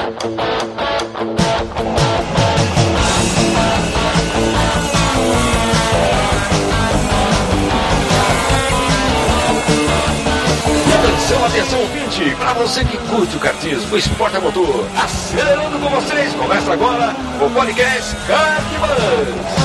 Atenção, ouvinte, para você que curte o kartismo, o esporte a motor, acelerando com vocês, começa agora o podcast Kartbus.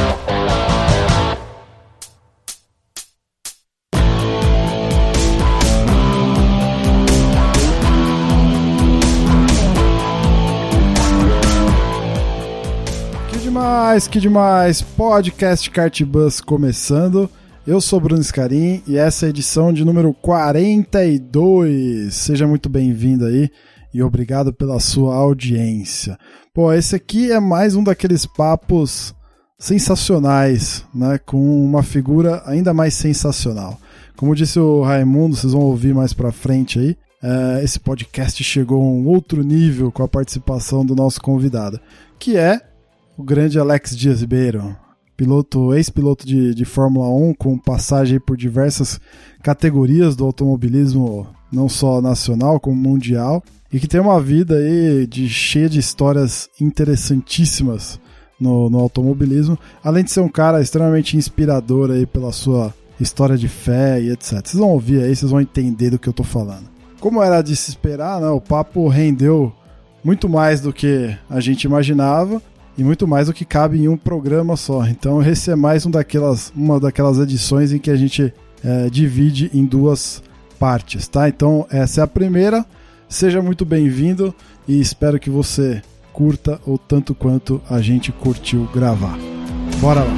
Que demais, podcast Kartbus começando. Eu sou Bruno Scarin e essa é a edição de número 42. Seja muito bem-vindo aí e obrigado pela sua audiência. Pô, esse aqui é mais um daqueles papos sensacionais, né? Com uma figura ainda mais sensacional. Como disse o Raimundo, vocês vão ouvir mais pra frente aí. Esse podcast chegou a um outro nível com a participação do nosso convidado, que é o grande Alex Dias Ribeiro. Ex-piloto de Fórmula 1, com passagem por diversas categorias do automobilismo, não só nacional como mundial, e que tem uma vida aí cheia de histórias interessantíssimas no automobilismo, além de ser um cara extremamente inspirador aí pela sua história de fé e etc. Vocês vão ouvir aí, vocês vão entender do que eu tô falando. Como era de se esperar, né, o papo rendeu muito mais do que a gente imaginava, e muito mais do que cabe em um programa só. Então esse é mais uma daquelas edições em que a gente divide em duas partes, tá? Então essa é a primeira. Seja muito bem-vindo e espero que você curta o tanto quanto a gente curtiu gravar. Bora lá!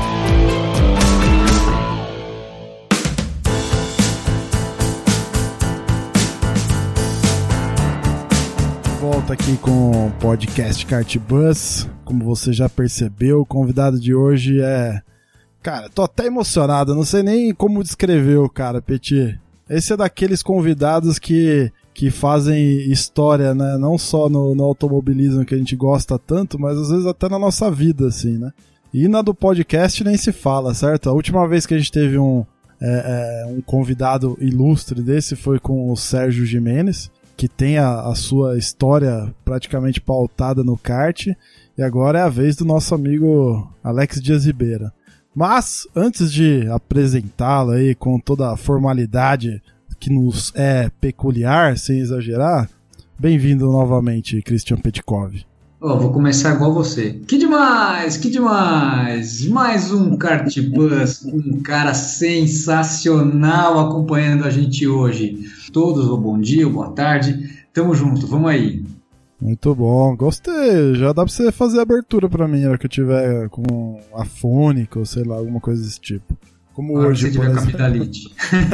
Volta aqui com o podcast Kartbus. Como você já percebeu, o convidado de hoje é... Cara, tô até emocionado, não sei nem como descrever o cara, Petit. Esse é daqueles convidados que fazem história, né? Não só no automobilismo que a gente gosta tanto, mas às vezes até na nossa vida, assim, né? E na do podcast nem se fala, certo? A última vez que a gente teve um convidado ilustre desse foi com o Sérgio Gimenez, que tem a sua história praticamente pautada no kart, e agora é a vez do nosso amigo Alex Dias Ribeiro. Mas, antes de apresentá-lo aí com toda a formalidade que nos é peculiar, sem exagerar, bem-vindo novamente, Christian Petkov. Vou começar igual você. Que demais, que demais! Mais um Kartbus, um cara sensacional acompanhando a gente hoje. Todos, bom dia, boa tarde, tamo junto, vamos aí. Muito bom, gostei. Já dá pra você fazer a abertura pra mim na hora que eu tiver com afônico, ou sei lá, alguma coisa desse tipo. Como agora hoje, você tiver capitalite.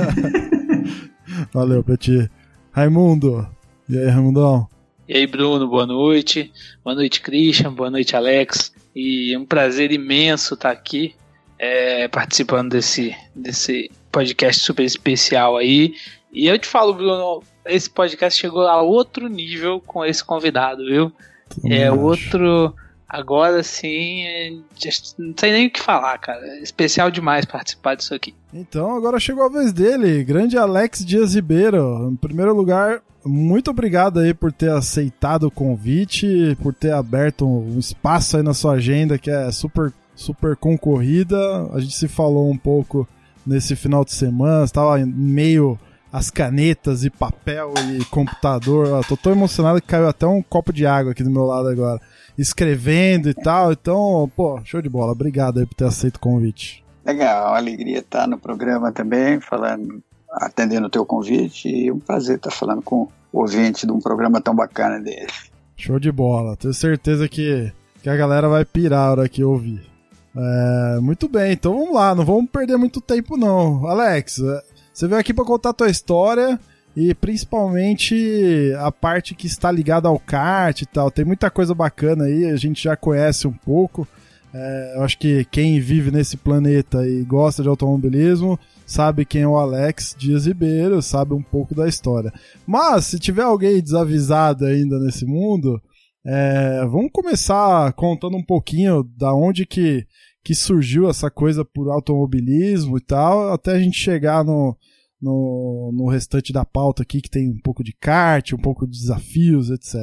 Valeu, Petit. Raimundo, e aí, Raimundão? E aí, Bruno, boa noite. Boa noite, Christian, boa noite, Alex. E é um prazer imenso estar aqui participando desse podcast super especial aí. E eu te falo, Bruno, esse podcast chegou a outro nível com esse convidado, viu? Outro... Agora sim, não sei nem o que falar, cara. É especial demais participar disso aqui. Então, agora chegou a vez dele, grande Alex Dias Ribeiro. Em primeiro lugar, muito obrigado aí por ter aceitado o convite, por ter aberto um espaço aí na sua agenda que é super, super concorrida. A gente se falou um pouco nesse final de semana, estava em meio às canetas e papel e computador. Eu tô tão emocionado que caiu até um copo de água aqui do meu lado agora. Escrevendo e tal, então, pô, show de bola. Obrigado aí por ter aceito o convite. Legal, uma alegria estar no programa também, atendendo o teu convite, e um prazer estar falando com o ouvinte de um programa tão bacana dele. Show de bola, tenho certeza que a galera vai pirar a hora que ouvir. Muito bem, então vamos lá, não vamos perder muito tempo não. Alex, você veio aqui para contar a tua história e principalmente a parte que está ligada ao kart e tal. Tem muita coisa bacana aí, a gente já conhece um pouco. Eu acho que quem vive nesse planeta e gosta de automobilismo sabe quem é o Alex Dias Ribeiro, sabe um pouco da história. Mas se tiver alguém desavisado ainda nesse mundo, vamos começar contando um pouquinho da onde que surgiu essa coisa por automobilismo e tal, até a gente chegar no restante da pauta aqui, que tem um pouco de kart, um pouco de desafios, etc.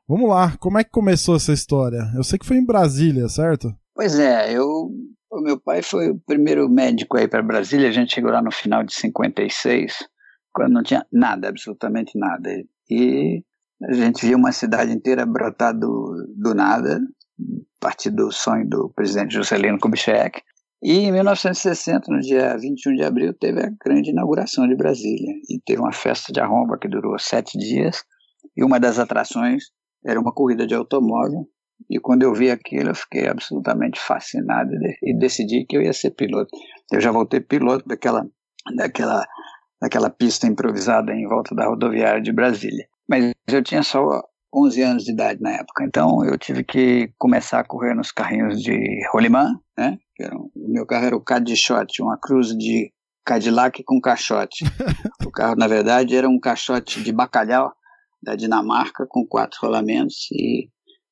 Vamos lá, como é que começou essa história? Eu sei que foi em Brasília, certo? Pois é, o meu pai foi o primeiro médico aí para Brasília. A gente chegou lá no final de 56, quando não tinha nada, absolutamente nada. E a gente viu uma cidade inteira brotar do nada, a partir do sonho do presidente Juscelino Kubitschek. E em 1960, no dia 21 de abril, teve a grande inauguração de Brasília. E teve uma festa de arromba que durou 7 dias. E uma das atrações era uma corrida de automóvel. E quando eu vi aquilo, eu fiquei absolutamente fascinado e decidi que eu ia ser piloto. Eu já voltei piloto daquela pista improvisada em volta da rodoviária de Brasília. Mas eu tinha só 11 anos de idade na época, então eu tive que começar a correr nos carrinhos de rolimã, né? O meu carro era o Cadichote, uma cruze de Cadillac com caixote. O carro, na verdade, era um caixote de bacalhau da Dinamarca com 4 rolamentos, e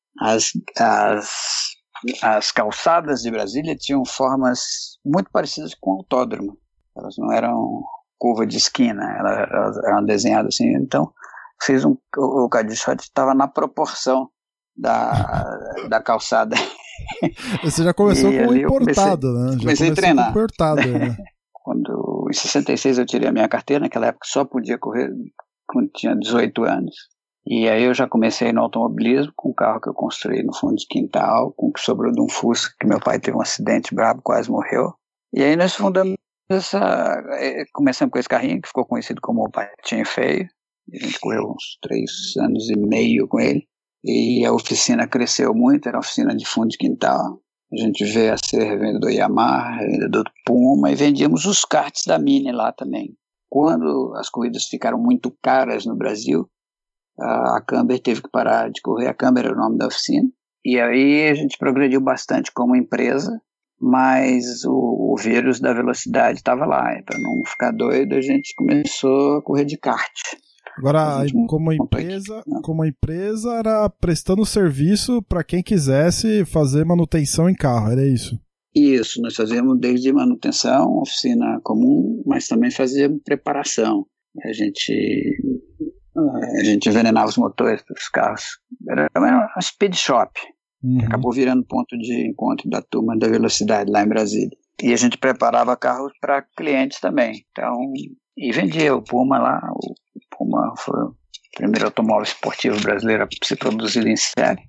as calçadas de Brasília tinham formas muito parecidas com o autódromo. Elas não eram curva de esquina, elas eram desenhadas assim. Então, o Cadichote estava na proporção da calçada. Você já começou com importado, né? Comecei a treinar. Importado, né? Em 66 eu tirei a minha carteira, naquela época só podia correr quando tinha 18 anos. E aí eu já comecei no automobilismo, com um carro que eu construí no fundo de quintal, com o que sobrou de um Fusca, que meu pai teve um acidente brabo, quase morreu. E aí nós fundamos começamos com esse carrinho, que ficou conhecido como o Patinho Feio. A gente correu uns 3 anos e meio com ele. E a oficina cresceu muito, era uma oficina de fundo de quintal. A gente veio a ser revendedor Yamaha, revendedor Puma, e vendíamos os karts da Mini lá também. Quando as corridas ficaram muito caras no Brasil, a Camber teve que parar de correr. A Camber era o nome da oficina. E aí a gente progrediu bastante como empresa, mas o vírus da velocidade estava lá. E para não ficar doido, a gente começou a correr de kart. Agora, como empresa, era prestando serviço para quem quisesse fazer manutenção em carro, era isso? Isso, nós fazíamos desde manutenção, oficina comum, mas também fazíamos preparação. A gente envenenava os motores dos carros. Era uma speed shop, que acabou virando ponto de encontro da turma da velocidade lá em Brasília. E a gente preparava carros para clientes também. Então, e vendia o Puma lá. O Puma foi o primeiro automóvel esportivo brasileiro a ser produzido em série.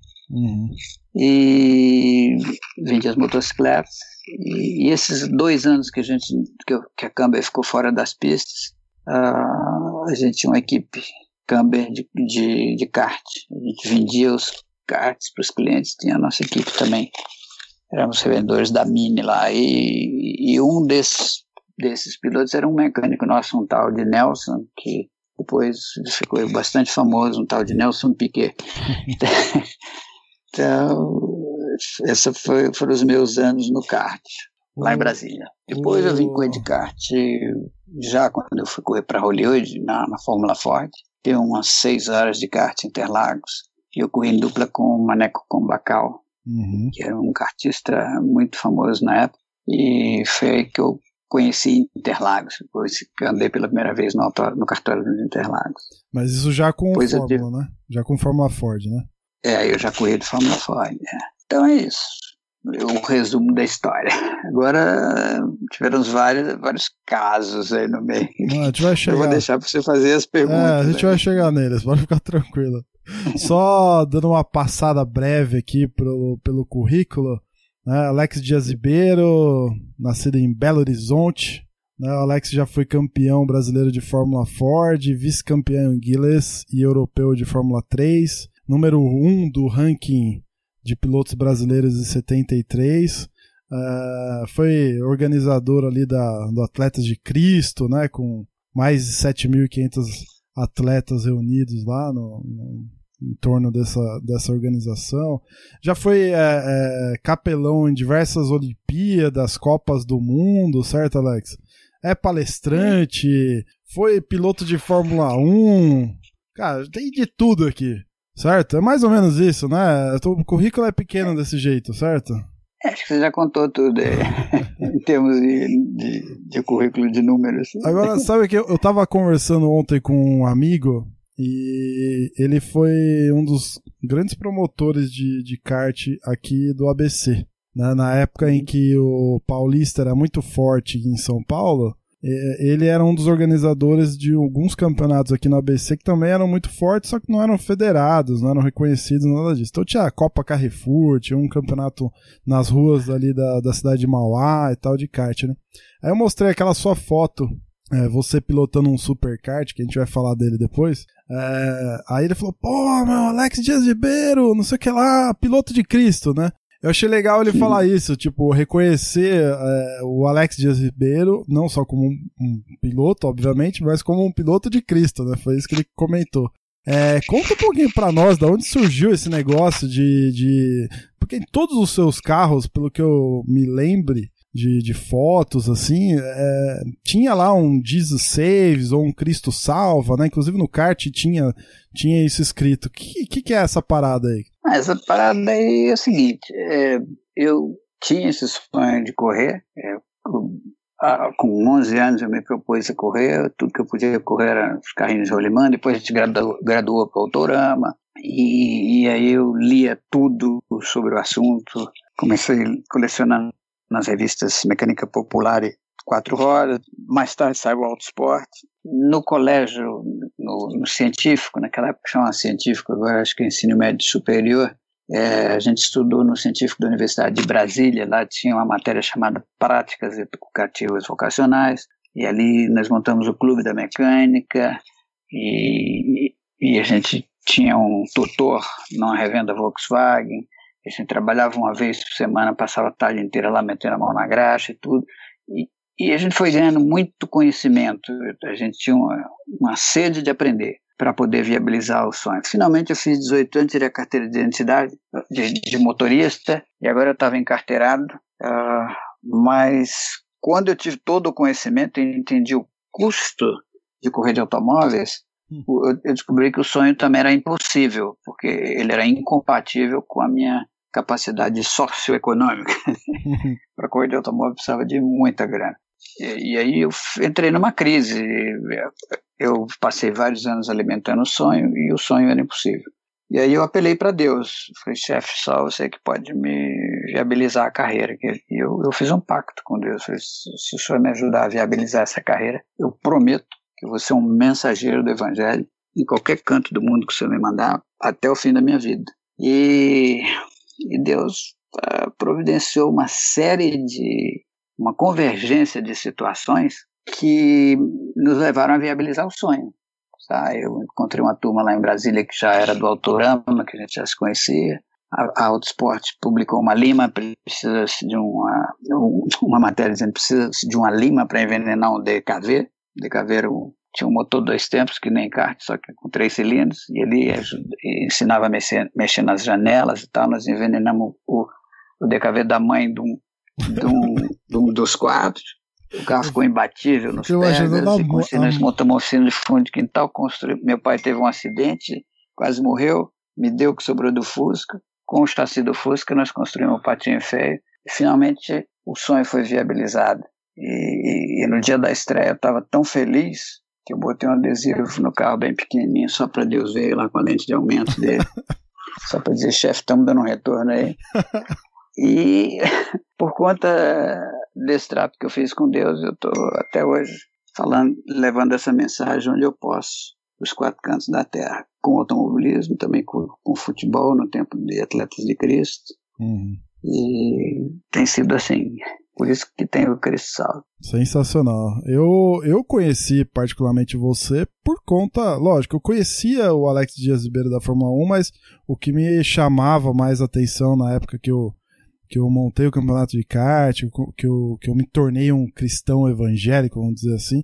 E vendia as motocicletas. E esses 2 anos que a Camber ficou fora das pistas, a gente tinha uma equipe Camber de kart. A gente vendia os karts para os clientes, tinha a nossa equipe também. Éramos revendedores da Mini lá. E um desses pilotos era um mecânico nosso, um tal de Nelson, que depois ficou bastante famoso, um tal de Nelson Piquet. Então, esses foram os meus anos no kart, lá em Brasília. Depois eu vim correr de kart, já quando eu fui correr para Hollywood, na Fórmula Ford, tem umas 6 horas de kart em Interlagos, e eu corri em dupla com o Maneco Combacal, que era um kartista muito famoso na época, e foi aí que eu conheci Interlagos, depois que eu andei pela primeira vez no cartório de Interlagos. Mas isso já com Fórmula, né? Já com Fórmula Ford, né? Eu já corri de Fórmula Ford. Então é isso. O resumo da história. Agora tiveram vários casos aí no meio. Não, a gente vai chegar. Eu vou deixar para você fazer as perguntas. A gente vai chegar neles, pode ficar tranquilo. Só dando uma passada breve aqui pelo currículo, né? Alex Dias Ribeiro, nascido em Belo Horizonte. Né? O Alex já foi campeão brasileiro de Fórmula Ford, vice-campeão inglês e europeu de Fórmula 3, número 1 do ranking de pilotos brasileiros em 73. Foi organizador ali do Atletas de Cristo, né? Com mais de 7.500 atletas reunidos lá em torno dessa organização. Já foi capelão em diversas Olimpíadas, Copas do Mundo, certo, Alex? É palestrante, foi piloto de Fórmula 1, cara, tem de tudo aqui, certo? É mais ou menos isso, né? O currículo é pequeno desse jeito, certo? Acho que você já contou tudo em termos de currículo de números. Agora, sabe que eu tava conversando ontem com um amigo e ele foi um dos grandes promotores de kart aqui do ABC. Né? Na época em que o Paulista era muito forte em São Paulo, ele era um dos organizadores de alguns campeonatos aqui no ABC que também eram muito fortes, só que não eram federados, não eram reconhecidos, nada disso. Então tinha a Copa Carrefour, tinha um campeonato nas ruas ali da cidade de Mauá e tal de kart, né? Aí eu mostrei aquela sua foto, você pilotando um super kart, que a gente vai falar dele depois. Aí ele falou, pô, meu, Alex Dias Ribeiro, não sei o que lá, piloto de Cristo, né? Eu achei legal ele falar isso, tipo, reconhecer o Alex Dias Ribeiro, não só como um piloto, obviamente, mas como um piloto de Cristo, né? Foi isso que ele comentou. Conta um pouquinho pra nós, da onde surgiu esse negócio porque em todos os seus carros, pelo que eu me lembre de fotos, assim, tinha lá um Jesus Saves ou um Cristo Salva, né? Inclusive no kart tinha isso escrito. O que é essa parada aí? Essa parada aí é o seguinte, eu tinha esse sonho de correr, com 11 anos eu me propus a correr, tudo que eu podia correr era os carrinhos de rolimã, depois a gente graduou para o Autorama, e aí eu lia tudo sobre o assunto, comecei colecionando nas revistas Mecânica Popular e 4 Rodas, mais tarde saiu o Autosport. No colégio, no científico, naquela época chamava científico, agora acho que é ensino médio superior, a gente estudou no científico da Universidade de Brasília, lá tinha uma matéria chamada Práticas Educativas Vocacionais, e ali nós montamos o Clube da Mecânica, e a gente tinha um tutor numa revenda Volkswagen, a gente trabalhava uma vez por semana, passava a tarde inteira lá metendo a mão na graxa e tudo, e a gente foi ganhando muito conhecimento, a gente tinha uma sede de aprender para poder viabilizar o sonho. Finalmente eu fiz 18 anos, tirei a carteira de identidade de motorista, e agora eu estava encarteirado, mas quando eu tive todo o conhecimento e entendi o custo de correr de automóveis, eu descobri que o sonho também era impossível, porque ele era incompatível com a minha capacidade socioeconômica. Para correr de automóvel precisava de muita grana. E aí eu entrei numa crise. Eu passei vários anos alimentando o sonho e o sonho era impossível. E aí eu apelei para Deus. Falei, chefe, só você que pode me viabilizar a carreira. E eu fiz um pacto com Deus. Falei, se o senhor me ajudar a viabilizar essa carreira, eu prometo que eu vou ser um mensageiro do Evangelho em qualquer canto do mundo que o senhor me mandar, até o fim da minha vida. E Deus providenciou uma convergência de situações que nos levaram a viabilizar o sonho. Tá? Eu encontrei uma turma lá em Brasília que já era do Autorama, que a gente já se conhecia. A Autosport publicou uma lima, precisa-se de uma matéria dizendo que precisa-se de uma lima para envenenar um DKV. O DKV tinha um motor 2 tempos, que nem kart, só que com 3 cilindros, e ele ensinava a mexer nas janelas e tal. Nós envenenamos o DKV da mãe de um dos quadros. O carro ficou imbatível nos pedras, nós montamos uma oficina de fundo de quintal, meu pai teve um acidente, quase morreu, me deu o que sobrou do Fusca, com o chassi do Fusca nós construímos um patinho feio, e finalmente o sonho foi viabilizado. E no dia da estreia eu estava tão feliz que eu botei um adesivo no carro bem pequenininho, só para Deus ver lá com a lente de aumento dele, só para dizer, chefe, estamos dando um retorno aí. E por conta desse trato que eu fiz com Deus, eu estou até hoje levando essa mensagem onde eu posso, os 4 cantos da terra, com automobilismo, também com futebol, no tempo de Atletas de Cristo. E tem sido assim, por isso que tem o Cristo Salve. Sensacional. Eu conheci particularmente você por conta, lógico, eu conhecia o Alex Dias Ribeiro da Fórmula 1, mas o que me chamava mais atenção na época que eu montei o campeonato de kart, que eu me tornei um cristão evangélico, vamos dizer assim,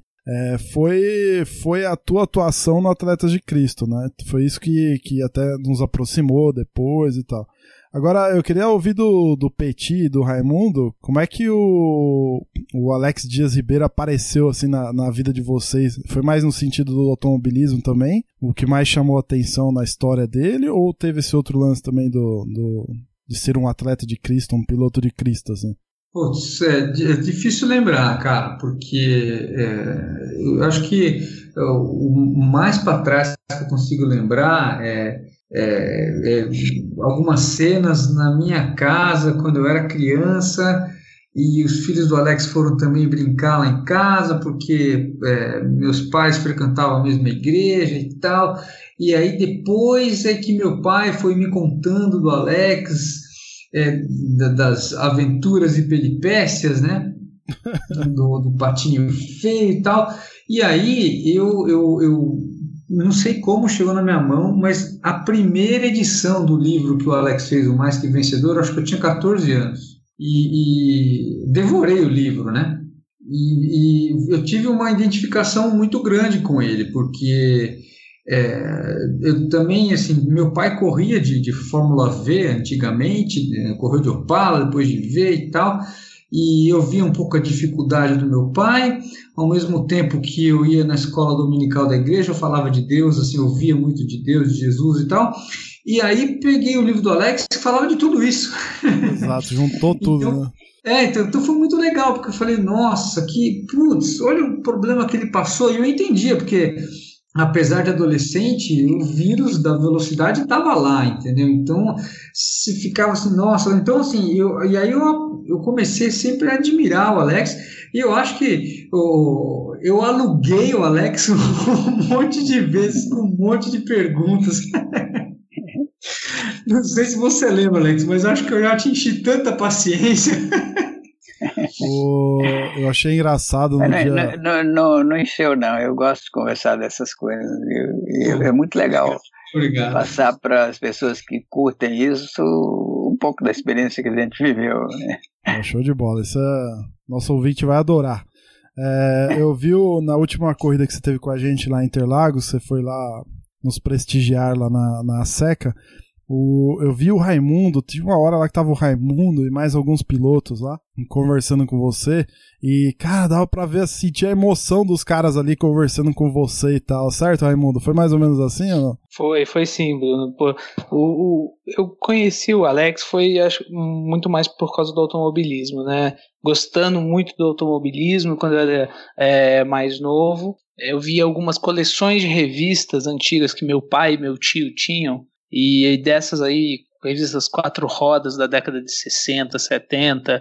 foi a tua atuação no Atletas de Cristo, né? Foi isso que até nos aproximou depois e tal. Agora, eu queria ouvir do Petit e do Raimundo, como é que o Alex Dias Ribeiro apareceu assim na vida de vocês? Foi mais no sentido do automobilismo também? O que mais chamou a atenção na história dele? Ou teve esse outro lance também de ser um atleta de Cristo, um piloto de Cristo, assim? Putz, é difícil lembrar, cara, porque eu acho que o mais para trás que eu consigo lembrar algumas cenas na minha casa quando eu era criança, e os filhos do Alex foram também brincar lá em casa, porque meus pais frequentavam a mesma igreja e tal, e aí depois é que meu pai foi me contando do Alex, das aventuras e peripécias, né, do patinho feio e tal, e aí eu não sei como chegou na minha mão, mas a primeira edição do livro que o Alex fez, O Mais Que Vencedor, acho que eu tinha 14 anos. E devorei o livro, né? E eu tive uma identificação muito grande com ele, porque eu também, assim, meu pai corria de Fórmula V antigamente, correu de Opala, depois de V e tal, e eu via um pouco a dificuldade do meu pai, ao mesmo tempo que eu ia na escola dominical da igreja, eu falava de Deus, assim, eu via muito de Deus, de Jesus e tal, e aí peguei o livro do Alex e falava de tudo isso. Exato, juntou tudo, então, né? Então foi muito legal, porque eu falei, nossa, olha o problema que ele passou, e eu entendia, porque apesar de adolescente, o vírus da velocidade estava lá, entendeu? Então, se ficava assim, nossa, então assim, e aí eu comecei sempre a admirar o Alex, e eu acho que eu aluguei o Alex um monte de vezes, com um monte de perguntas. Não sei se você lembra, Alex, mas acho que eu já te enchi tanta paciência. Eu achei engraçado no dia... Não encheu, não. Eu gosto de conversar dessas coisas. É muito legal. Obrigado. Passar para as pessoas que curtem isso um pouco da experiência que a gente viveu, né? Show de bola. Isso nosso ouvinte vai adorar. Eu vi na última corrida que você teve com a gente lá em Interlagos, você foi lá nos prestigiar lá na SECA. Eu vi o Raimundo, tinha uma hora lá que tava o Raimundo e mais alguns pilotos lá, conversando com você, e, cara, dava pra ver, sentir a emoção dos caras ali conversando com você e tal, certo, Raimundo? Foi mais ou menos assim ou não? Foi sim, Bruno. Eu conheci o Alex, acho, muito mais por causa do automobilismo, né? Gostando muito do automobilismo quando eu era mais novo. Eu vi algumas coleções de revistas antigas que meu pai e meu tio tinham, e dessas aí, revistas 4 rodas da década de 60, 70,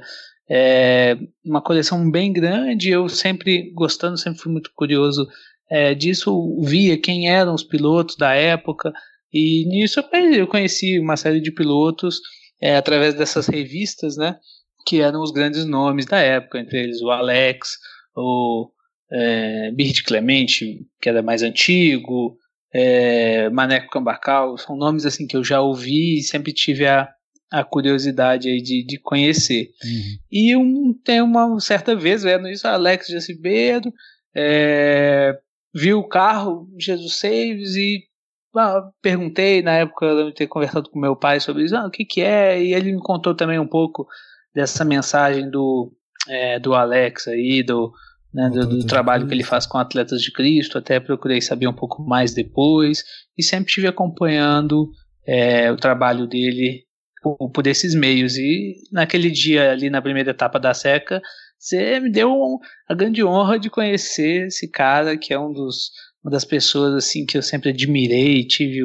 uma coleção bem grande. Eu sempre fui muito curioso disso, via quem eram os pilotos da época, e nisso eu conheci uma série de pilotos através dessas revistas, né, que eram os grandes nomes da época, entre eles o Alex, o Bird Clemente, que era mais antigo, Maneco Cambacal, são nomes assim que eu já ouvi e sempre tive a curiosidade aí de conhecer. Uhum. E tem uma certa vez vendo isso, Alex de Ribeiro viu o carro Jesus Saves e perguntei, na época eu ter conversado com meu pai sobre isso, o que é, e ele me contou também um pouco dessa mensagem do Alex aí, do trabalho que ele faz com Atletas de Cristo. Até procurei saber um pouco mais depois e sempre estive acompanhando o trabalho dele por esses meios. E naquele dia ali na primeira etapa da SECA, você me deu a grande honra de conhecer esse cara, que é uma das pessoas assim que eu sempre admirei, tive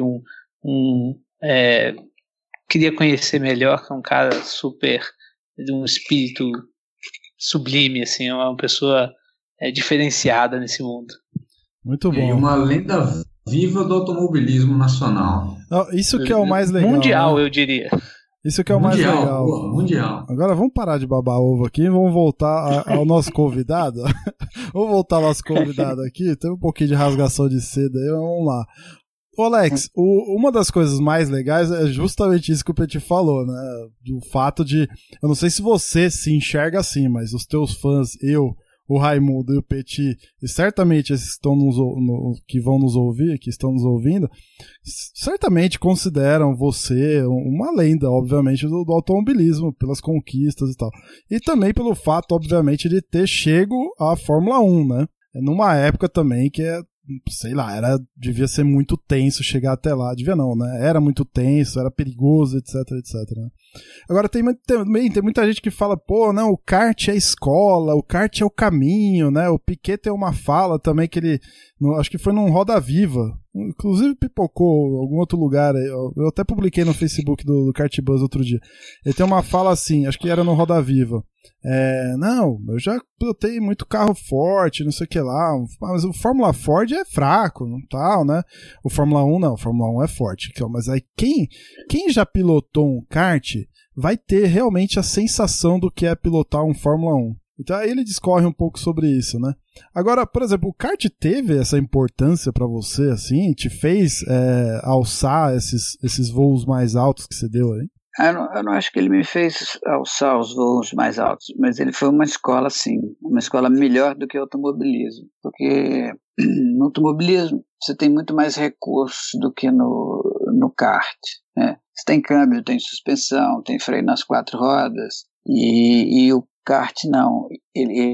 queria conhecer melhor, que é um cara super de um espírito sublime, assim, é uma pessoa diferenciada nesse mundo. Muito bom. E uma lenda viva do automobilismo nacional. Isso que é o mais legal. Mundial, né? Eu diria. Isso que é o mais legal. Mundial. Agora vamos parar de babar ovo aqui e vamos voltar ao nosso convidado. Vamos voltar ao nosso convidado aqui. Tem um pouquinho de rasgação de seda aí, vamos lá. Ô Alex, uma das coisas mais legais é justamente isso que o Petit falou, né? Do fato de... Eu não sei se você se enxerga assim, mas os teus fãs, o Raimundo e o Petit, e certamente esses que vão nos ouvir, que estão nos ouvindo, certamente consideram você uma lenda, obviamente, do automobilismo, pelas conquistas e tal. E também pelo fato, obviamente, de ter chego à Fórmula 1, né? Numa época também que sei lá, devia ser muito tenso chegar até lá. Devia não, né? Era muito tenso, era perigoso, etc, né? Agora tem muita gente que fala, pô, não, o kart é a escola, o kart é o caminho, né? O Piquet tem uma fala também que ele, acho que foi num Roda Viva, inclusive pipocou em algum outro lugar, eu até publiquei no Facebook do Kart Buzz outro dia. Ele tem uma fala assim, acho que era no Roda Viva. Não, eu já pilotei muito carro forte, não sei o que lá, mas o Fórmula Ford é fraco, não tal, né? O Fórmula 1 não, o Fórmula 1 é forte. Mas aí quem já pilotou um kart vai ter realmente a sensação do que é pilotar um Fórmula 1. Então aí ele discorre um pouco sobre isso, né? Agora, por exemplo, o kart teve essa importância pra você, assim? Te fez alçar esses voos mais altos que você deu aí? Eu não acho que ele me fez alçar os voos mais altos, mas ele foi uma escola, sim, uma escola melhor do que o automobilismo, porque no automobilismo você tem muito mais recursos do que no kart, né? Você tem câmbio, tem suspensão, tem freio nas 4 rodas, e o kart não, ele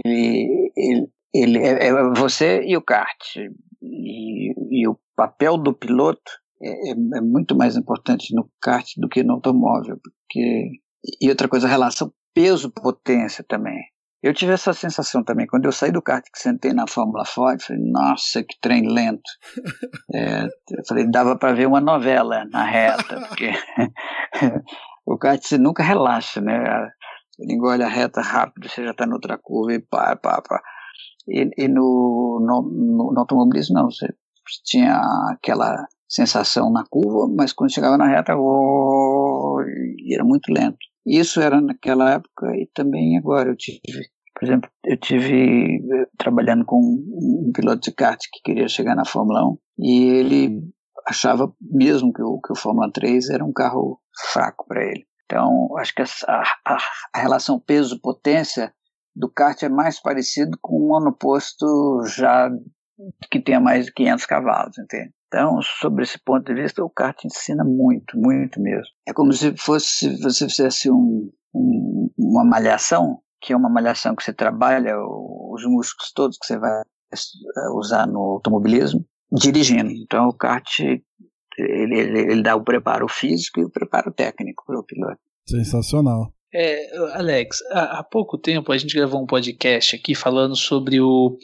é você e o kart, e o papel do piloto é muito mais importante no kart do que no automóvel, e outra coisa, a relação peso-potência também. Eu tive essa sensação também, quando eu saí do kart que sentei na Fórmula Ford, falei, nossa, que trem lento. Eu falei, dava para ver uma novela na reta, porque o kart você nunca relaxa, né? Ele engole a reta rápido, você já está noutra curva e pá. E no automobilismo não, você tinha aquela sensação na curva, mas quando chegava na reta, era muito lento. Isso era naquela época e também agora. Por exemplo, eu tive trabalhando com um piloto de kart que queria chegar na Fórmula 1 e ele achava mesmo que o Fórmula 3 era um carro fraco para ele. Então, acho que a relação peso-potência do kart é mais parecido com um monoposto já que tenha mais de 500 cavalos, entende? Então, sobre esse ponto de vista, o kart ensina muito, muito mesmo. É como se você fizesse uma malhação, que é uma malhação que você trabalha os músculos todos que você vai usar no automobilismo, dirigindo. Então, o kart, ele dá o preparo físico e o preparo técnico para o piloto. Sensacional. Alex, há pouco tempo a gente gravou um podcast aqui falando sobre o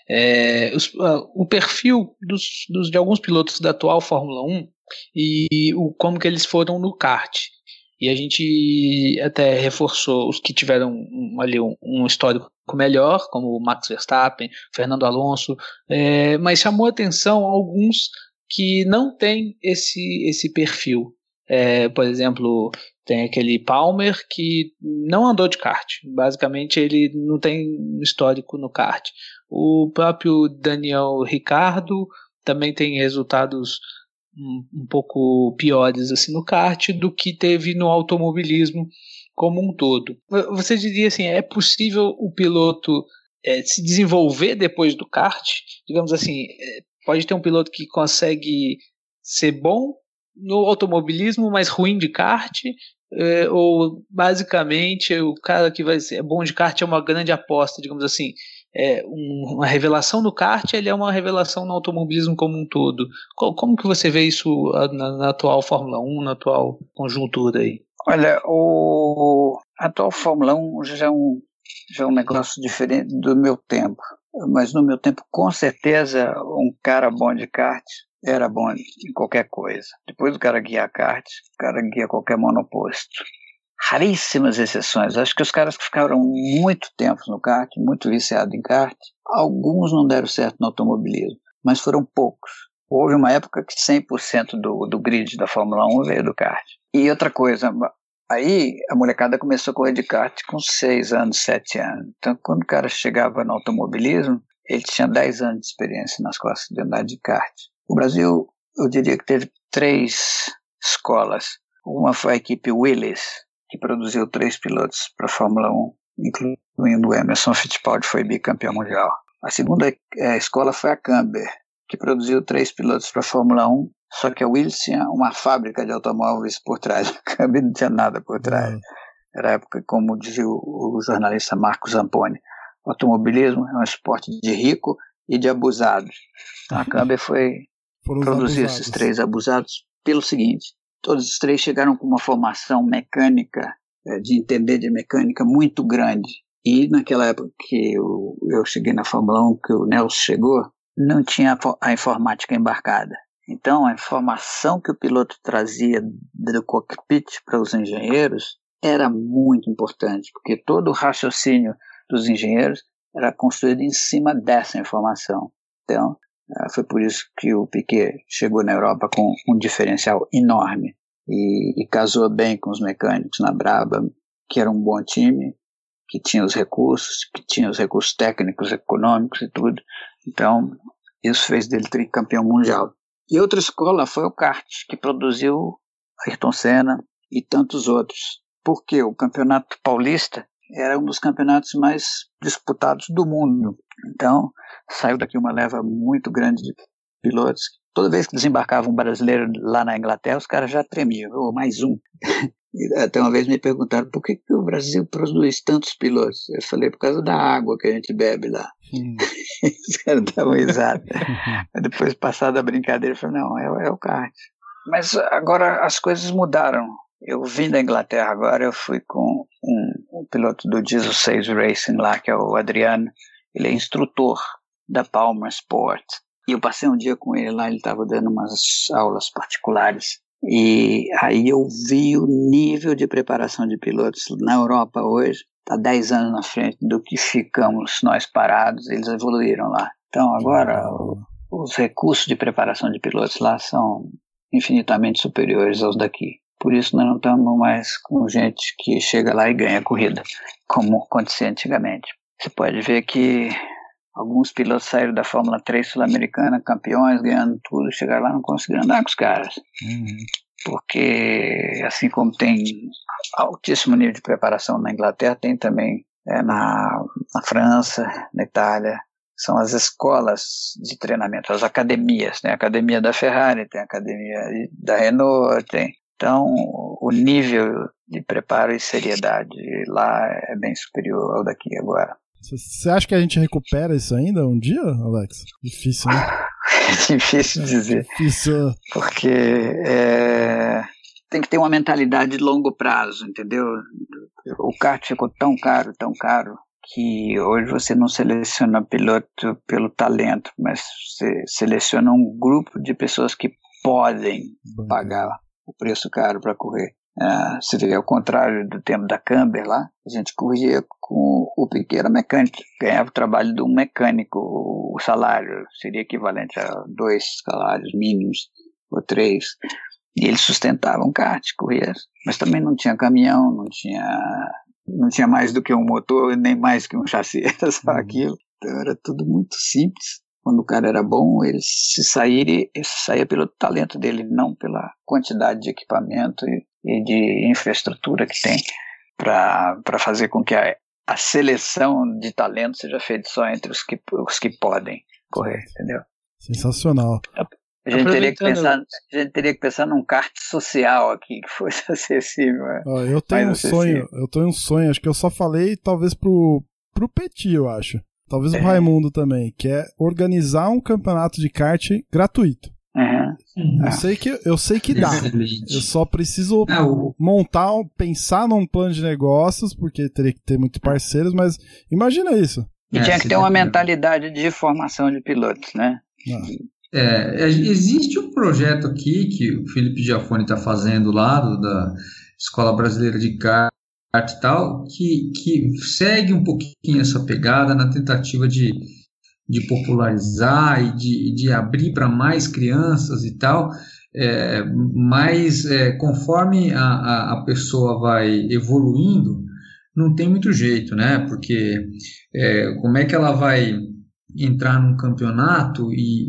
perfil de alguns pilotos da atual Fórmula 1 e como que eles foram no kart. E a gente até reforçou os que tiveram um histórico melhor, como o Max Verstappen, Fernando Alonso, mas chamou atenção alguns que não têm esse perfil. Por exemplo, tem aquele Palmer que não andou de kart. Basicamente, ele não tem histórico no kart. O próprio Daniel Ricciardo também tem resultados um pouco piores assim, no kart do que teve no automobilismo como um todo. Você diria assim, é possível o piloto se desenvolver depois do kart? Digamos assim, pode ter um piloto que consegue ser bom no automobilismo, mas ruim de kart, ou basicamente o cara que vai ser bom de kart é uma grande aposta, digamos assim, uma revelação no kart, ele é uma revelação no automobilismo como um todo. Como que você vê isso na atual Fórmula 1, na atual conjuntura aí? Olha, a atual Fórmula 1 já é um negócio diferente do meu tempo, mas no meu tempo com certeza um cara bom de kart era bom em qualquer coisa. Depois do cara guiar kart, o cara guia qualquer monoposto. Raríssimas exceções. Acho que os caras que ficaram muito tempo no kart, muito viciados em kart, alguns não deram certo no automobilismo, mas foram poucos. Houve uma época que 100% do grid da Fórmula 1 veio do kart. E outra coisa, aí a molecada começou a correr de kart com 6 anos, 7 anos. Então, quando o cara chegava no automobilismo, ele tinha 10 anos de experiência nas costas de andar de kart. O Brasil, eu diria que teve 3 escolas. Uma foi a equipe Willis, que produziu 3 pilotos para a Fórmula 1, incluindo o Emerson Fittipaldi, foi bicampeão mundial. A segunda escola foi a Camber, que produziu 3 pilotos para a Fórmula 1, só que a Willis tinha uma fábrica de automóveis por trás, a Camber não tinha nada por trás. Era a época, como dizia o jornalista Marco Zamponi, o automobilismo é um esporte de rico e de abusados. Então a Camber produziu esses 3 abusados pelo seguinte: todos os 3 chegaram com uma formação mecânica, de entender de mecânica muito grande. E naquela época que eu cheguei na Fórmula 1, que o Nelson chegou, não tinha a informática embarcada. Então a informação que o piloto trazia do cockpit para os engenheiros era muito importante, porque todo o raciocínio dos engenheiros era construído em cima dessa informação. Então foi por isso que o Piquet chegou na Europa com um diferencial enorme e casou bem com os mecânicos na Brabham, que era um bom time, que tinha os recursos técnicos, econômicos e tudo. Então, isso fez dele tricampeão mundial. E outra escola foi o kart, que produziu Ayrton Senna e tantos outros. Porque o Campeonato Paulista era um dos campeonatos mais disputados do mundo. Então, saiu daqui uma leva muito grande de pilotos. Toda vez que desembarcava um brasileiro lá na Inglaterra, os caras já tremiam. Mais um. E até uma vez me perguntaram por que o Brasil produz tantos pilotos. Eu falei, por causa da água que a gente bebe lá. Os caras davam risada. Depois, passada a brincadeira, eu falei, não, é o kart. Mas agora as coisas mudaram. Eu vim da Inglaterra agora, eu fui com um piloto do Diesel 6 Racing lá, que é o Adriano. Ele é instrutor da Palmer Sport. E eu passei um dia com ele lá, ele estava dando umas aulas particulares. E aí eu vi o nível de preparação de pilotos na Europa hoje, está 10 anos na frente do que ficamos nós parados, eles evoluíram lá. Então agora os recursos de preparação de pilotos lá são infinitamente superiores aos daqui. Por isso nós não estamos mais com gente que chega lá e ganha a corrida, como acontecia antigamente. Você pode ver que alguns pilotos saíram da Fórmula 3 sul-americana, campeões, ganhando tudo, chegaram lá e não conseguiram andar com os caras. Porque, assim como tem altíssimo nível de preparação na Inglaterra, tem também na França, na Itália. São as escolas de treinamento, as academias, né? A academia da Ferrari, tem a academia da Renault, tem. Então, o nível de preparo e seriedade lá é bem superior ao daqui agora. Você acha que a gente recupera isso ainda um dia, Alex? Difícil, né? É difícil dizer. Difícil. Porque tem que ter uma mentalidade de longo prazo, entendeu? O kart ficou tão caro, que hoje você não seleciona piloto pelo talento, mas você seleciona um grupo de pessoas que podem pagar o preço caro para correr. Se vê ao contrário do tempo da Camber lá, a gente corria com o Piquet, era mecânico, ganhava o trabalho de um mecânico, o salário seria equivalente a 2 salários mínimos ou 3, e eles sustentavam kart, corria, mas também não tinha caminhão, não tinha mais do que um motor, nem mais que um chassi, era só aquilo. Então era tudo muito simples. Quando o cara era bom, ele saía pelo talento dele, não pela quantidade de equipamento e de infraestrutura que tem para fazer com que a seleção de talento seja feita só entre os que podem correr, entendeu? Sensacional. A gente teria que pensar num kart social aqui, que fosse acessível. Eu tenho um sonho, acho que eu só falei talvez pro Petit, eu acho. Talvez o Raimundo também, que é organizar um campeonato de kart gratuito. Eu sei que dá. Eu só preciso pensar num plano de negócios, porque teria que ter muitos parceiros, mas imagina isso. E tinha que ter uma mentalidade de formação de pilotos, né? Existe um projeto aqui que o Felipe Giafone está fazendo lá da Escola Brasileira de Kart e tal, que segue um pouquinho essa pegada na tentativa de popularizar e de abrir para mais crianças e tal, mas conforme a pessoa vai evoluindo, não tem muito jeito, né? Porque como é que ela vai entrar num campeonato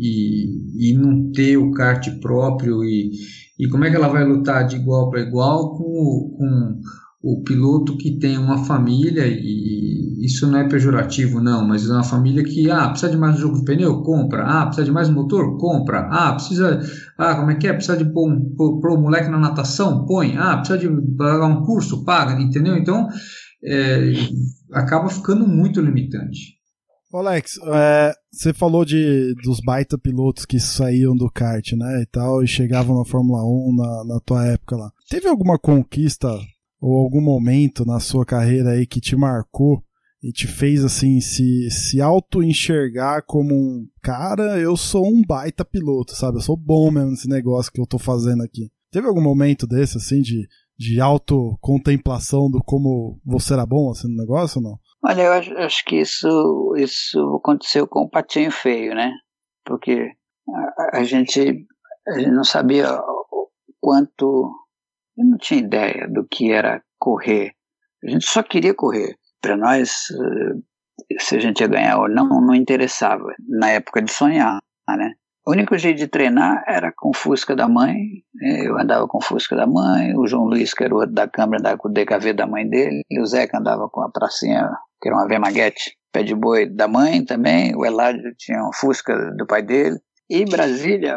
e não ter o kart próprio e como é que ela vai lutar de igual para igual com o piloto que tem uma família, e isso não é pejorativo não, mas é uma família que precisa de mais um jogo de pneu? Compra. Precisa de mais um motor? Compra. Precisa, como é que é? Precisa de pôr o moleque na natação? Põe. Precisa de pagar um curso? Paga, entendeu? Então acaba ficando muito limitante. Alex, você falou dos baita pilotos que saíam do kart, né, e tal, e chegavam na Fórmula 1 na tua época lá. Teve alguma conquista ou algum momento na sua carreira aí que te marcou e te fez, assim, se auto-enxergar como um cara, eu sou um baita piloto, sabe? Eu sou bom mesmo nesse negócio que eu tô fazendo aqui. Teve algum momento desse, assim, de autocontemplação do como você era bom, assim, no negócio ou não? Olha, eu acho que isso aconteceu com o Patinho Feio, né? Porque a gente não sabia o quanto... Eu não tinha ideia do que era correr. A gente só queria correr. Para nós, se a gente ia ganhar ou não interessava. Na época de sonhar, né? O único jeito de treinar era com o Fusca da mãe. Eu andava com o Fusca da mãe, o João Luiz, que era o outro da Câmara, andava com o DKV da mãe dele, e o Zeca andava com a pracinha, que era uma Vemaguete, pé de boi da mãe também, o Eládio tinha um Fusca do pai dele. E Brasília,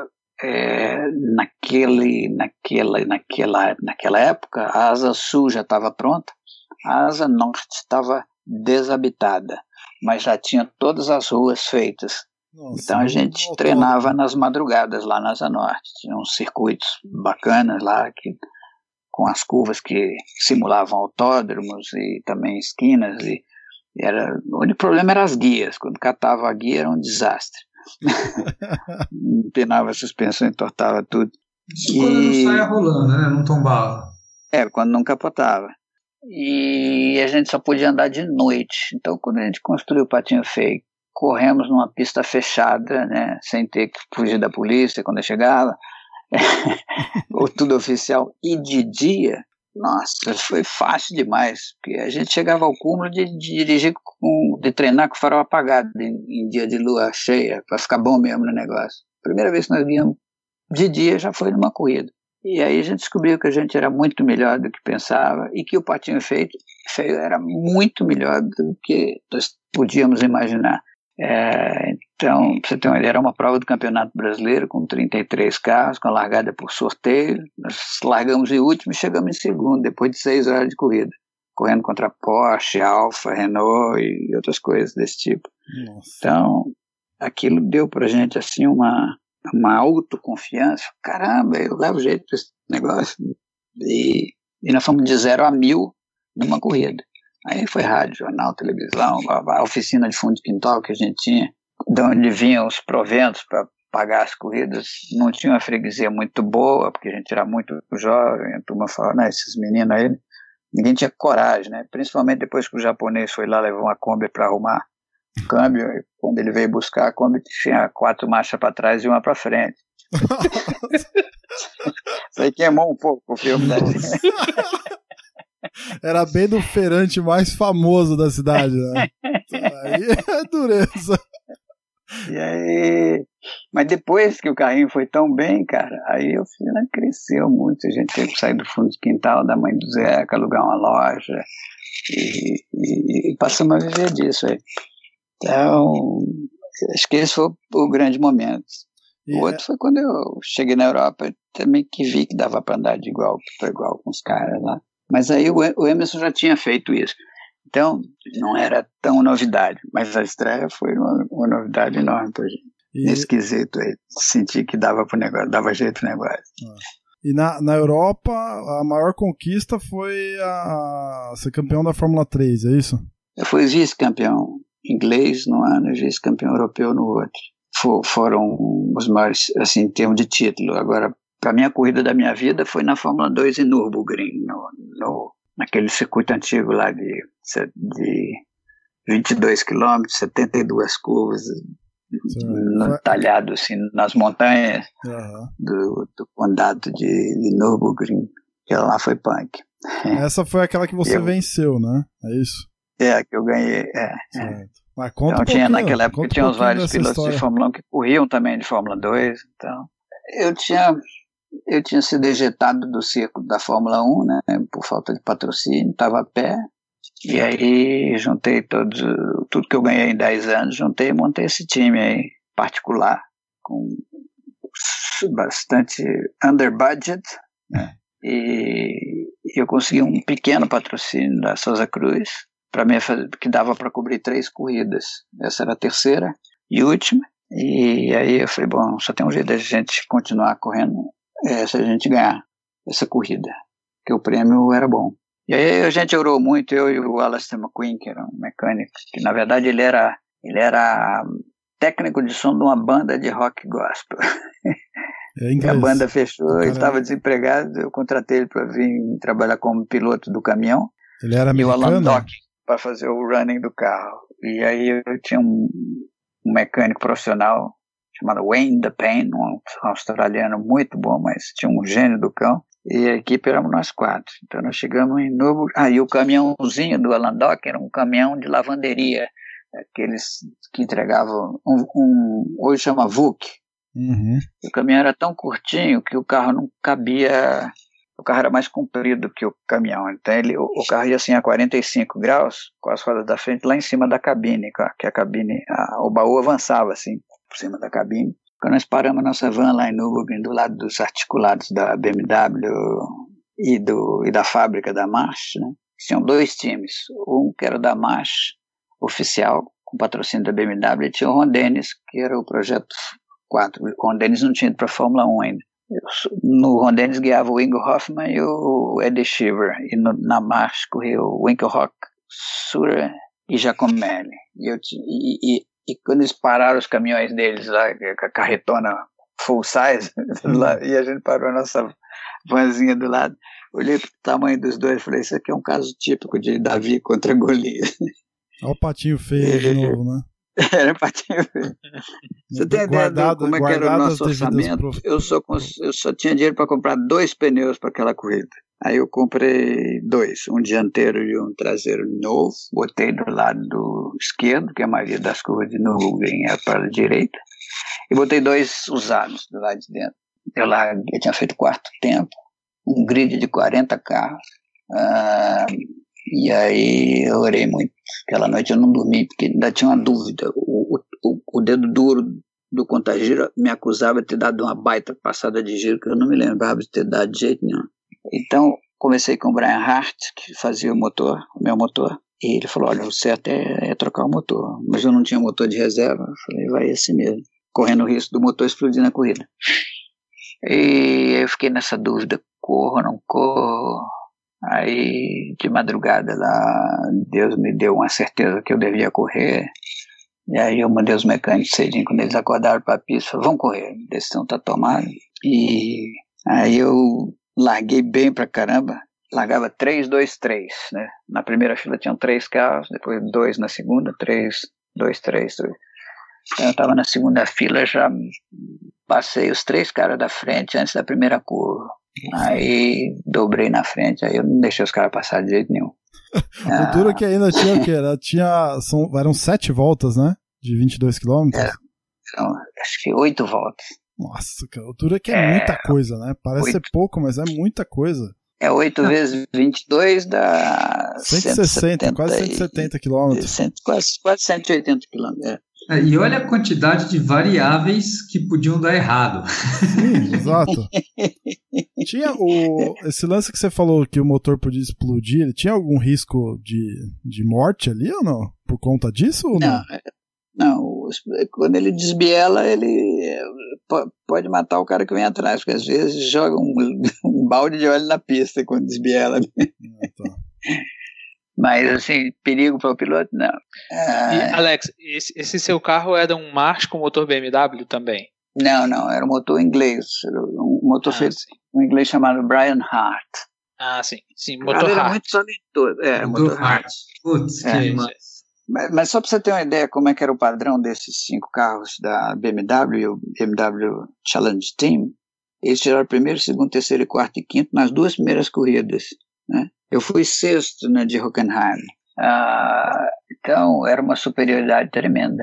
naquela época, a asa sul já estava pronta, a asa norte estava desabitada, mas já tinha todas as ruas feitas. Nossa, então a gente treinava nas madrugadas lá na Asa Norte. Tinha uns circuitos bacanas lá, com as curvas que simulavam autódromos e também esquinas. O único problema eram as guias. Quando catava a guia era um desastre. Empinava a suspensão, entortava tudo. Quando não saia rolando, né? Não tombava. Quando não capotava. E a gente só podia andar de noite. Então quando a gente construiu o Patinho Feio, corremos numa pista fechada, né, sem ter que fugir da polícia quando eu ou tudo oficial. E de dia, nossa, foi fácil demais, porque a gente chegava ao cúmulo de dirigir, de treinar com o farol apagado em dia de lua cheia, para ficar bom mesmo no negócio. Primeira vez que nós víamos de dia já foi numa corrida. E aí a gente descobriu que a gente era muito melhor do que pensava e que o Patinho Feio era muito melhor do que nós podíamos imaginar. Então, pra você ter uma ideia, era uma prova do Campeonato Brasileiro com 33 carros, com a largada por sorteio. Nós largamos em último e chegamos em segundo, depois de 6 horas de corrida, correndo contra Porsche, Alfa, Renault e outras coisas desse tipo. Nossa. Então, aquilo deu pra gente assim uma autoconfiança. Caramba, eu levo jeito pra esse negócio. E nós fomos de 0 a 1000 numa corrida. Aí foi rádio, jornal, televisão, a oficina de fundo de quintal que a gente tinha, de onde vinham os proventos para pagar as corridas. Não tinha uma freguesia muito boa, porque a gente era muito jovem. A turma falava, esses meninos aí, ninguém tinha coragem, né? Principalmente depois que o japonês foi lá, levou uma Kombi para arrumar o câmbio, e quando ele veio buscar a Kombi, tinha 4 marchas para trás e uma para frente. Isso aí queimou um pouco o filme da gente. Era bem do feirante mais famoso da cidade, né? Aí é dureza. E aí... Mas depois que o carrinho foi tão bem, cara, aí a oficina cresceu muito. A gente teve que sair do fundo de quintal da mãe do Zeca, alugar uma loja e passamos a viver disso aí. Então, acho que esse foi o grande momento. O outro foi quando eu cheguei na Europa, também que vi que dava para andar de igual para igual com os caras lá. Mas aí o Emerson já tinha feito isso. Então, não era tão novidade. Mas a estreia foi uma novidade enorme pra gente. Nesse quesito aí. Senti que dava pro negócio, dava jeito pro negócio. E na Europa, a maior conquista foi ser campeão da Fórmula 3, é isso? Eu fui vice-campeão inglês no ano e vice-campeão europeu no outro. Foram os maiores, assim, em termos de título. Agora, para mim, a corrida da minha vida foi na Fórmula 2 em Nürburgring, naquele circuito antigo lá de 22 quilômetros, 72 curvas, talhado assim, nas montanhas do condado de Nürburgring. E lá foi punk. Essa foi aquela que você venceu, né? É isso? Que eu ganhei. Mas conta então, naquela época tinha uns vários pilotos de Fórmula 1 que corriam também de Fórmula 2. Então, eu tinha sido ejetado do circo da Fórmula 1, né, por falta de patrocínio, estava a pé, e aí juntei tudo que eu ganhei em 10 anos, juntei e montei esse time aí, particular, com bastante under budget, né, e eu consegui um pequeno patrocínio da Souza Cruz, para mim, que dava para cobrir 3 corridas. Essa era a terceira e última. E aí eu falei, bom, só tem um jeito da gente continuar correndo, se a gente ganhar essa corrida, que o prêmio era bom. E aí a gente orou muito, eu e o Alastair McQueen, que era um mecânico, que na verdade ele era técnico de som de uma banda de rock gospel. A banda fechou, ele estava desempregado, eu contratei ele para vir trabalhar como piloto do caminhão. Ele era americano? E o Alan Dock para fazer o running do carro. E aí eu tinha um mecânico profissional chamado Wayne DePayne, um australiano muito bom, mas tinha um gênio do cão. E a equipe éramos nós 4. Então nós chegamos em Nürburgring. E o caminhãozinho do Alan Dock era um caminhão de lavanderia, aqueles que entregavam hoje chama VUC. Uhum. O caminhão era tão curtinho que o carro não cabia, o carro era mais comprido que o caminhão, então o carro ia assim a 45 graus, com as rodas da frente lá em cima da cabine, que a cabine, o baú avançava assim, por cima da cabine. Quando nós paramos a nossa van lá em Nürburgring, do lado dos articulados da BMW e da fábrica da March, né? Tinham 2 times, um que era da March, oficial, com patrocínio da BMW, e tinha o Ron Dennis, que era o projeto 4. O Ron Dennis não tinha ido para a Fórmula 1 ainda. No Ron Dennis guiava o Ingo Hoffmann e o Eddie Cheever, e na March corria o Winkelhock, Suter e Giacomelli. E quando eles pararam os caminhões deles lá, com a carretona full size, lá, e a gente parou a nossa vanzinha do lado, olhei para o tamanho dos dois e falei, isso aqui é um caso típico de Davi contra Golias. Olha o patinho feio de novo, né? Era patinho feio. Você tem ideia de como é que era o nosso orçamento? Eu só tinha dinheiro para comprar 2 pneus para aquela corrida. Aí eu comprei 2, um dianteiro e um traseiro novo, botei do lado esquerdo, que a maioria das curvas de Nürburgring é para a direita, e botei 2 usados do lado de dentro. Eu tinha feito 4º tempo, um grid de 40 carros, e aí eu orei muito. Aquela noite eu não dormi, porque ainda tinha uma dúvida. O dedo duro do conta-giro me acusava de ter dado uma baita passada de giro, que eu não me lembrava de ter dado de jeito nenhum. Então, comecei com o Brian Hart, que fazia o meu motor, e ele falou, olha, o certo é trocar o motor. Mas eu não tinha motor de reserva, eu falei, vai assim mesmo, correndo o risco do motor explodir na corrida. E eu fiquei nessa dúvida, corro ou não corro? Aí, de madrugada lá, Deus me deu uma certeza que eu devia correr. E aí eu mandei os mecânicos cedinho, quando eles acordaram para a pista, falaram, vamos correr, a decisão está tomada. E aí eu larguei bem pra caramba, largava 3, 2, 3, né? Na primeira fila tinham 3 carros, depois 2 na segunda, 3, 2, 3, 2. Então eu estava na segunda fila, já passei os 3 caras da frente antes da primeira curva. Aí dobrei na frente, aí eu não deixei os caras passar de jeito nenhum. O duro que ainda tinha o quê? Eram 7 voltas, né? De 22 km? Acho que 8 voltas. Nossa, cara, o duro é que é muita coisa, né? Parece ser pouco, mas é muita coisa. 8 vezes 22 dá 160, quase 170 quilômetros. Quase 180 quilômetros. E olha a quantidade de variáveis que podiam dar errado. Sim, exato. Tinha esse lance que você falou que o motor podia explodir, ele tinha algum risco de morte ali ou não? Por conta disso ou não? Não, quando ele desbiela, ele pode matar o cara que vem atrás, porque às vezes joga um balde de óleo na pista quando desbiela. Tá. Mas, assim, perigo para o piloto, não. E, Alex, esse seu carro era um March com motor BMW também? Não, era um motor inglês. Um motor feito um inglês chamado Brian Hart. Ah, sim, motor Hart. Era muito talentoso. Motor Hart. Putz, que demais. Mas só para você ter uma ideia como é que era o padrão desses 5 carros da BMW e o BMW Challenge Team, eles tiraram primeiro, segundo, terceiro, quarto e quinto nas 2 primeiras corridas, né? Eu fui 6º na de Hockenheim. Então era uma superioridade tremenda.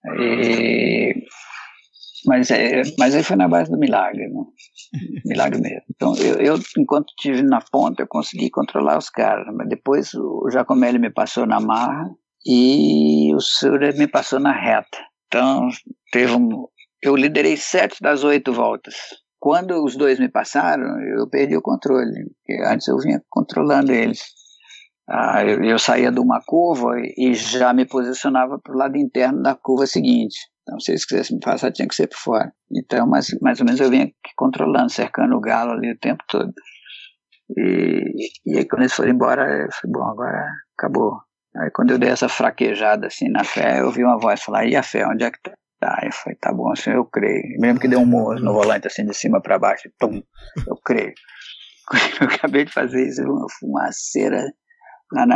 Mas aí foi na base do milagre, né? Milagre mesmo. Então eu enquanto estive na ponta eu consegui controlar os caras, mas depois o Giacomelli me passou na marra e o Suter me passou na reta. Então eu liderei 7 das 8 voltas. Quando os 2 me passaram, eu perdi o controle, porque antes eu vinha controlando eles. eu saía de uma curva e já me posicionava para o lado interno da curva seguinte. Então, se eles quisessem me passar, tinha que ser por fora. Então, mais ou menos eu vinha controlando, cercando o galo ali o tempo todo. E aí, quando eles foram embora, eu falei, bom, agora acabou. Aí, quando eu dei essa fraquejada assim na fé, eu ouvi uma voz falar, e a fé, onde é que tá? Aí eu falei, tá bom, assim, eu creio. Mesmo que deu um morro no volante, assim, de cima para baixo, tum, eu creio. Eu acabei de fazer isso, uma fumaceira lá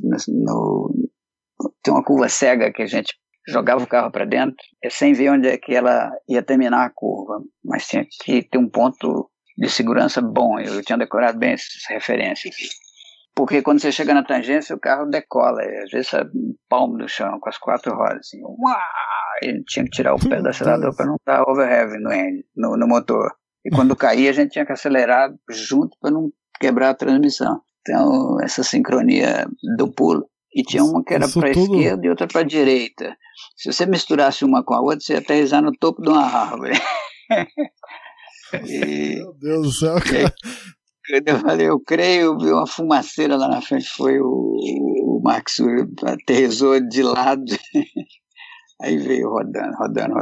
tem uma curva cega que a gente jogava o carro para dentro, sem ver onde é que ela ia terminar a curva, mas tinha que ter um ponto de segurança bom. Eu tinha decorado bem essas referências, porque quando você chega na tangência o carro decola, às vezes sai um palmo do chão com as 4 rodas assim, e tinha que tirar o pé do acelerador para não dar overhead no motor, e quando caía a gente tinha que acelerar junto para não quebrar a transmissão. Então essa sincronia do pulo, e tinha uma que era para a esquerda e outra para a direita. Se você misturasse uma com a outra, você ia aterrissar no topo de uma árvore. Meu Deus do céu, cara. Quando eu falei, eu creio, eu vi uma fumaceira lá na frente, foi o Max, aterrissou de lado, aí veio rodando,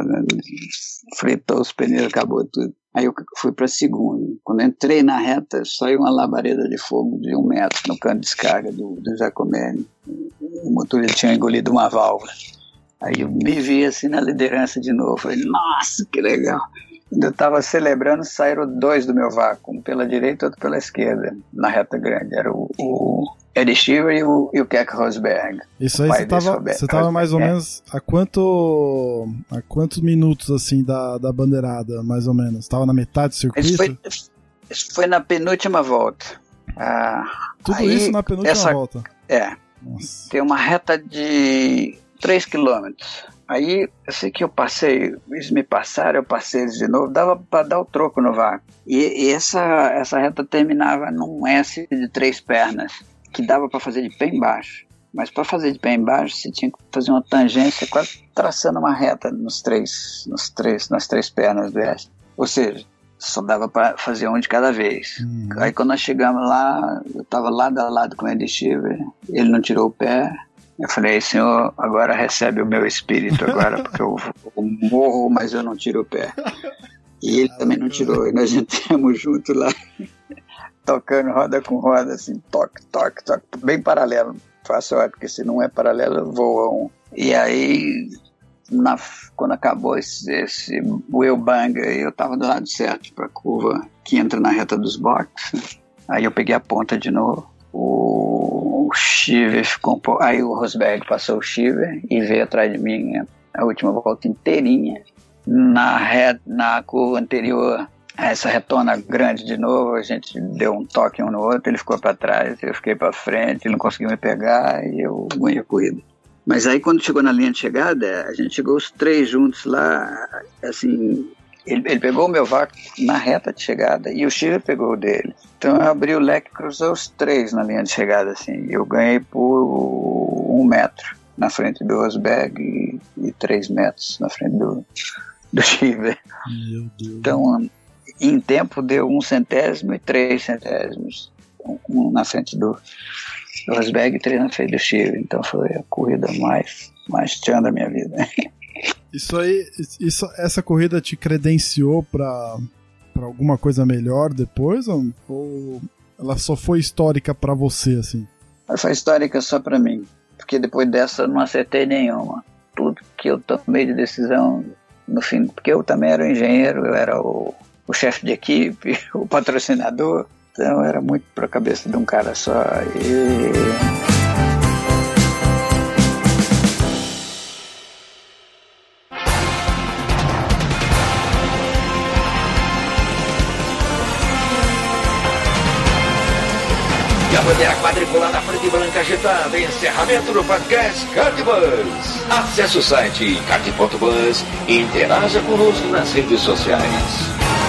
fritou os pneus, acabou tudo. Aí eu fui para a segunda. Quando eu entrei na reta, saiu uma labareda de fogo de 1 metro no cano de descarga do Giacomelli. O motor ele tinha engolido uma válvula. Aí eu me vi assim na liderança de novo. Falei, nossa, que legal. Quando eu estava celebrando, saíram 2 do meu vácuo, um pela direita e outro pela esquerda, na reta grande. Era o Eddie Cheever e o Keck Rosberg. Isso aí você estava mais ou menos a quantos minutos assim da bandeirada, mais ou menos? Estava na metade do circuito? Isso foi na penúltima volta. Tudo aí, isso na penúltima volta? Nossa. Tem uma reta de 3 quilômetros. Aí, eu sei que eu passei, eles me passaram, eu passei eles de novo, dava para dar o troco no vácuo. E essa reta terminava num S de 3 pernas, que dava para fazer de pé embaixo. Mas para fazer de pé embaixo, você tinha que fazer uma tangência quase traçando uma reta nas três pernas do S. Ou seja, só dava para fazer um de cada vez. Aí quando nós chegamos lá, eu estava lado a lado com o Eddie Cheever, ele não tirou o pé. Eu falei, senhor, agora recebe o meu espírito agora, porque eu morro, mas eu não tiro o pé. E ele também não tirou, e nós entramos juntos lá, tocando roda com roda, assim, toque, bem paralelo. Faço hora, porque se não é paralelo, voa um. E aí, quando acabou esse wheel bang, eu tava do lado certo para a curva que entra na reta dos boxes. Aí eu peguei a ponta de novo. O Cheever ficou aí o Rosberg passou o Cheever e veio atrás de mim a última volta inteirinha. Na curva anterior, essa retona grande de novo, a gente deu um toque um no outro, ele ficou para trás, eu fiquei para frente, ele não conseguiu me pegar e eu ganhei a corrida. Mas aí quando chegou na linha de chegada, a gente chegou os 3 juntos lá, assim, ele pegou o meu vácuo na reta de chegada e o Cheever pegou o dele. Então eu abri o leque e cruzei os 3 na linha de chegada, assim, eu ganhei por 1 metro na frente do Rosberg e 3 metros na frente do Cheever. Meu Deus. Então, em tempo deu 1 centésimo e 3 centésimos. Um na frente do Rosberg e 3 na frente do Cheever. Então foi a corrida mais tchan da minha vida. Essa corrida te credenciou para alguma coisa melhor depois? Ou ela só foi histórica para você, assim? Ela foi histórica só para mim. Porque depois dessa eu não acertei nenhuma. Tudo que eu tomei de decisão no fim, porque eu também era o engenheiro, eu era o chefe de equipe, o patrocinador, então era muito para a cabeça de um cara só. E a bandeira quadriculada na frente branca agitada, encerramento do podcast Kart Buzz. Acesse o site kart.buzz e interaja conosco nas redes sociais.